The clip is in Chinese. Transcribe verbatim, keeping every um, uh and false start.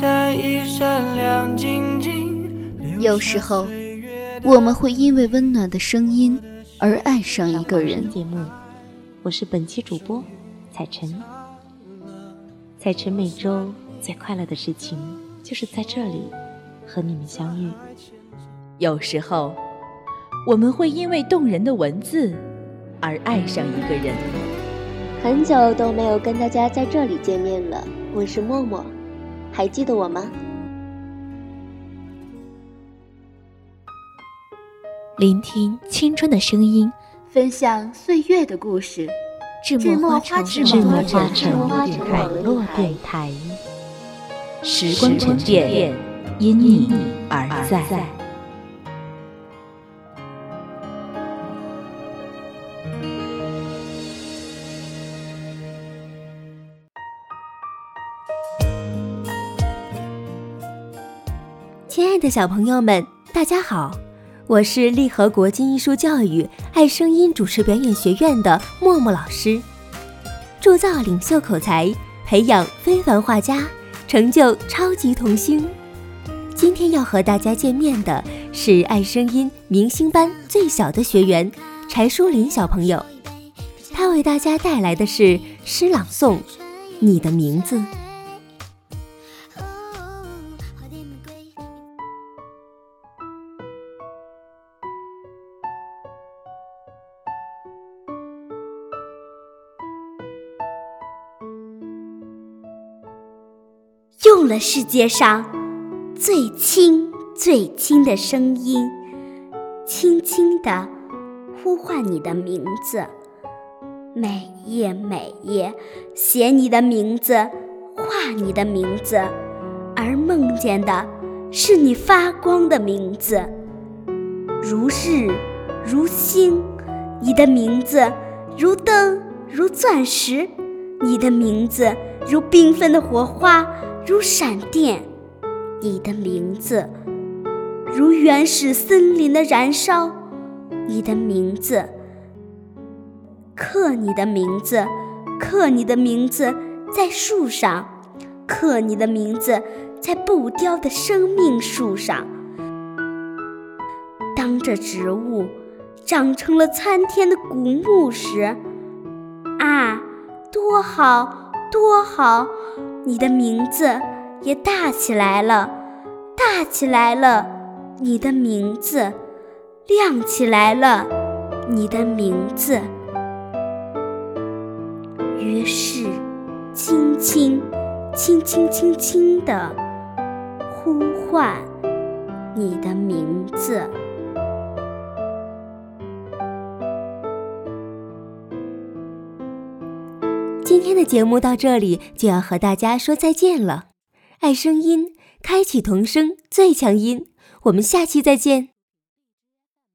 闪一闪亮晶晶。 有时候我们会因为温暖的声音而爱上一个人。 节目，我是本期主播彩晨。彩晨每周最快乐的事情就是在这里和你们相遇。 有时候我们会因为动人的文字而爱上一个人。 很久都没有跟大家在这里见面了，我是默默，还记得我吗？ 聆听青春的声音， 分享岁月的故事。 智墨花城智墨花城网络电台，时光沉淀，因你而在。 亲爱的小朋友们，大家好，我是利和国际艺术教育爱声音主持表演学院的默默老师，铸造领袖口才，培养非凡画家，成就超级童星。今天要和大家见面的是爱声音明星班最小的学员柴淑林小朋友，他为大家带来的是诗朗诵《你的名字》。 用了世界上最轻最轻的声音，轻轻地呼唤你的名字，每页每页写你的名字，画你的名字，而梦见的是你发光的名字，如日如星，你的名字如灯如钻石，你的名字如缤纷的火花，如闪电，你的名字如原始森林的燃烧，你的名字，刻你的名字，刻你的名字在树上，刻你的名字在不凋的生命树上。当这植物长成了参天的古木时，啊，多好多好，你的名字也大起来了，大起来了，你的名字亮起来了，你的名字。于是轻轻轻轻轻轻地呼唤你的名字。 今天的节目到这里就要和大家说再见了。爱声音，开启童声最强音，我们下期再见。